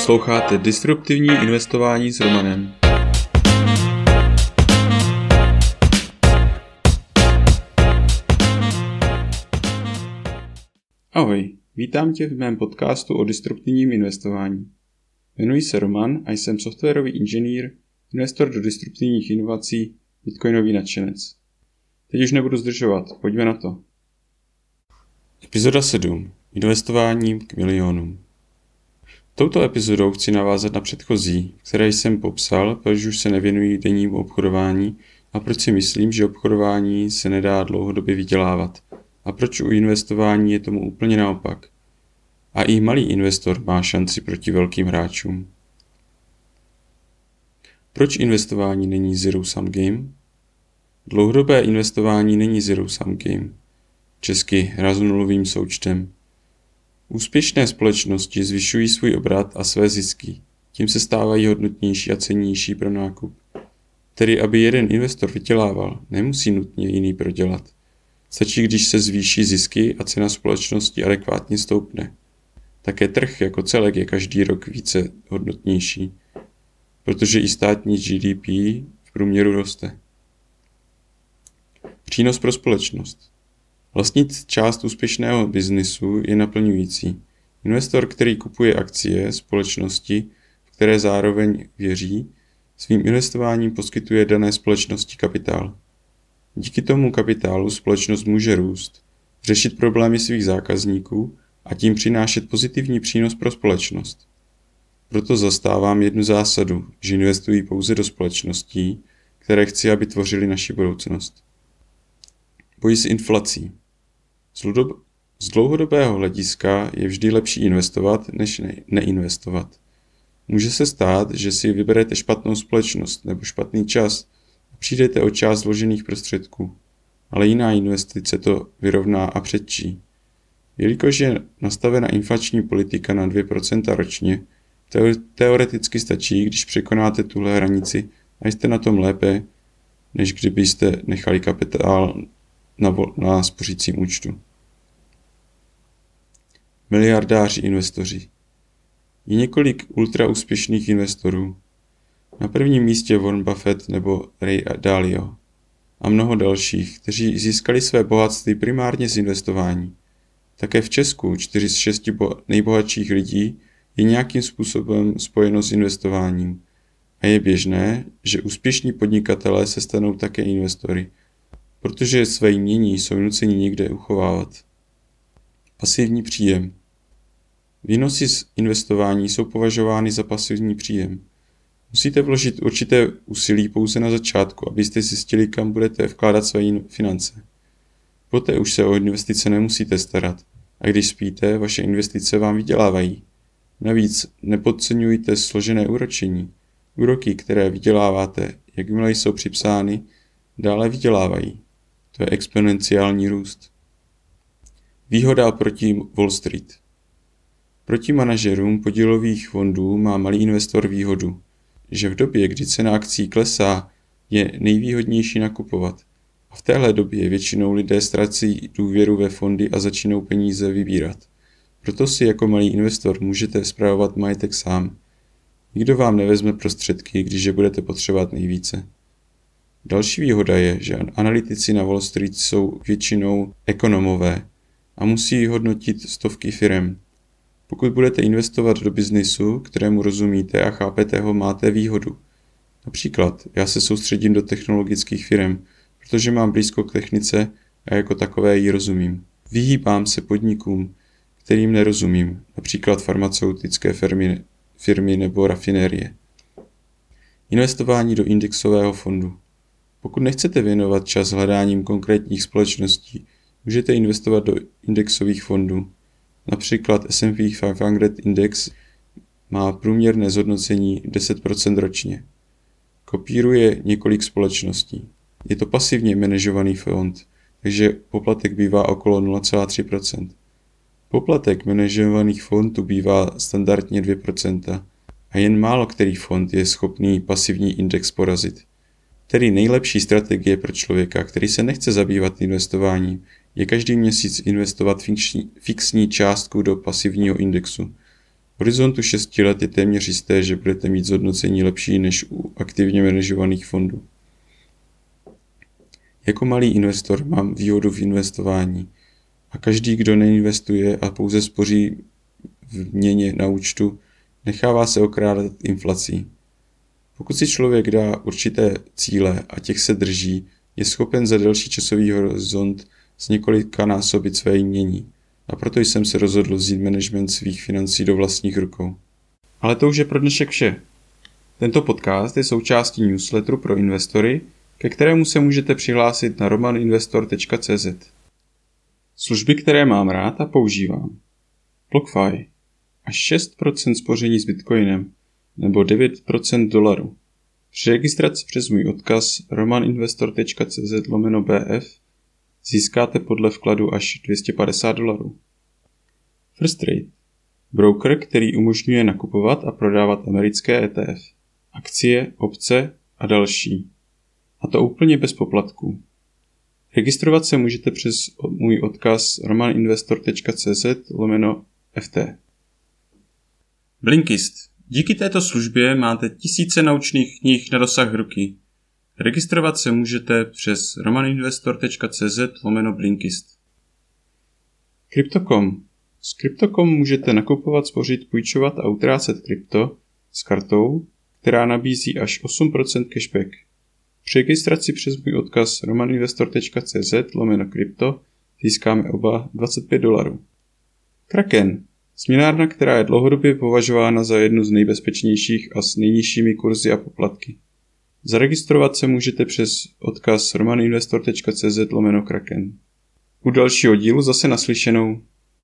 Posloucháte Disruptivní investování s Romanem. Ahoj, vítám tě v mém podcastu o disruptivním investování. Jmenuji se Roman a jsem softwarový inženýr, investor do disruptivních inovací, bitcoinový nadšenec. Teď už nebudu zdržovat, pojďme na to. Epizoda 7. Investování k milionům. Touto epizodou chci navázat na předchozí, v které jsem popsal, proč už se nevěnuji dennímu obchodování a proč si myslím, že obchodování se nedá dlouhodobě vydělávat a proč u investování je tomu úplně naopak. A i malý investor má šanci proti velkým hráčům. Proč investování není zero sum game? Dlouhodobé investování není zero sum game, česky nulovým součtem. Úspěšné společnosti zvyšují svůj obrat a své zisky, tím se stávají hodnotnější a cennější pro nákup. Tedy aby jeden investor vydělával, nemusí nutně jiný prodělat. Stačí, když se zvýší zisky a cena společnosti adekvátně stoupne. Také trh jako celek je každý rok více hodnotnější, protože i státní GDP v průměru roste. Přínos pro společnost. Vlastnit část úspěšného biznisu je naplňující. Investor, který kupuje akcie společnosti, v které zároveň věří, svým investováním poskytuje dané společnosti kapitál. Díky tomu kapitálu společnost může růst, řešit problémy svých zákazníků a tím přinášet pozitivní přínos pro společnost. Proto zastávám jednu zásadu, že investuji pouze do společností, které chci, aby tvořily naši budoucnost. Boj s inflací. Z dlouhodobého hlediska je vždy lepší investovat, než neinvestovat. Může se stát, že si vyberete špatnou společnost nebo špatný čas a přijdete o část vložených prostředků, ale jiná investice to vyrovná a předčí. Jelikož je nastavena inflační politika na 2% ročně, teoreticky stačí, když překonáte tuhle hranici a jste na tom lépe, než kdybyste nechali kapitál na spořícím účtu. Miliardáři investoři. Je několik ultra úspěšných investorů. Na prvním místě Warren Buffett nebo Ray Dalio a mnoho dalších, kteří získali své bohatství primárně z investování. Také v Česku 4 z 6 nejbohatších lidí je nějakým způsobem spojeno s investováním. A je běžné, že úspěšní podnikatelé se stanou také investory, protože své jmění jsou nuceni někde uchovávat. Pasivní příjem. Výnosy z investování jsou považovány za pasivní příjem. Musíte vložit určité úsilí pouze na začátku, abyste zjistili, kam budete vkládat své finance. Poté už se o investice nemusíte starat a když spíte, vaše investice vám vydělávají. Navíc nepodceňujte složené úročení. Úroky, které vyděláváte, jakmile jsou připsány, dále vydělávají. To je exponenciální růst. Výhoda proti Wall Street. Proti manažerům podílových fondů má malý investor výhodu, že v době, kdy cena akcí klesá, je nejvýhodnější nakupovat. A v téhle době většinou lidé ztrácí důvěru ve fondy a začínou peníze vybírat. Proto si jako malý investor můžete spravovat majetek sám. Nikdo vám nevezme prostředky, když je budete potřebovat nejvíce. Další výhoda je, že analytici na Wall Street jsou většinou ekonomové a musí hodnotit stovky firem. Pokud budete investovat do biznisu, kterému rozumíte a chápete ho, máte výhodu. Například, já se soustředím do technologických firem, protože mám blízko k technice a jako takové jí rozumím. Vyhýbám se podnikům, kterým nerozumím, například farmaceutické firmy nebo rafinérie. Investování do indexového fondu. Pokud nechcete věnovat čas hledáním konkrétních společností, můžete investovat do indexových fondů. Například S&P 500 Index má průměrné zhodnocení 10% ročně. Kopíruje několik společností. Je to pasivně manažovaný fond, takže poplatek bývá okolo 0,3%. Poplatek manažovaných fondů bývá standardně 2% a jen málo který fond je schopný pasivní index porazit. Tedy nejlepší strategie pro člověka, který se nechce zabývat investováním, je každý měsíc investovat fixní částku do pasivního indexu. horizontu 6 let je téměř jisté, že budete mít zhodnocení lepší než u aktivně manažovaných fondů. Jako malý investor mám výhodu v investování a každý, kdo neinvestuje a pouze spoří v měně na účtu, nechává se okrádat inflací. Pokud si člověk dá určité cíle a těch se drží, je schopen za delší časový horizont z několika násobit své jmění. A proto jsem se rozhodl vzít management svých financí do vlastních rukou. Ale to už je pro dnešek vše. Tento podcast je součástí newsletteru pro investory, ke kterému se můžete přihlásit na romaninvestor.cz. Služby, které mám rád a používám. BlockFi. Až 6% spoření s Bitcoinem nebo 9% dolarů. Při registraci přes můj odkaz romaninvestor.cz/bf získáte podle vkladu až $250. First Trade. Broker, který umožňuje nakupovat a prodávat americké ETF, akcie, opce a další. A to úplně bez poplatků. Registrovat se můžete přes můj odkaz romaninvestor.cz/ft. Blinkist. Díky této službě máte tisíce naučných knih na dosah ruky. Registrovat se můžete přes romaninvestor.cz/blinkist. Crypto.com. S Crypto.com můžete nakupovat, spořit, půjčovat a utrácet krypto s kartou, která nabízí až 8% cashback. Při registraci přes můj odkaz romaninvestor.cz/crypto získáme oba $25. Kraken. Směnárna, která je dlouhodobě považována za jednu z nejbezpečnějších a s nejnižšími kurzy a poplatky. Zaregistrovat se můžete přes odkaz romaninvestor.cz/kraken. U dalšího dílu zase naslyšenou.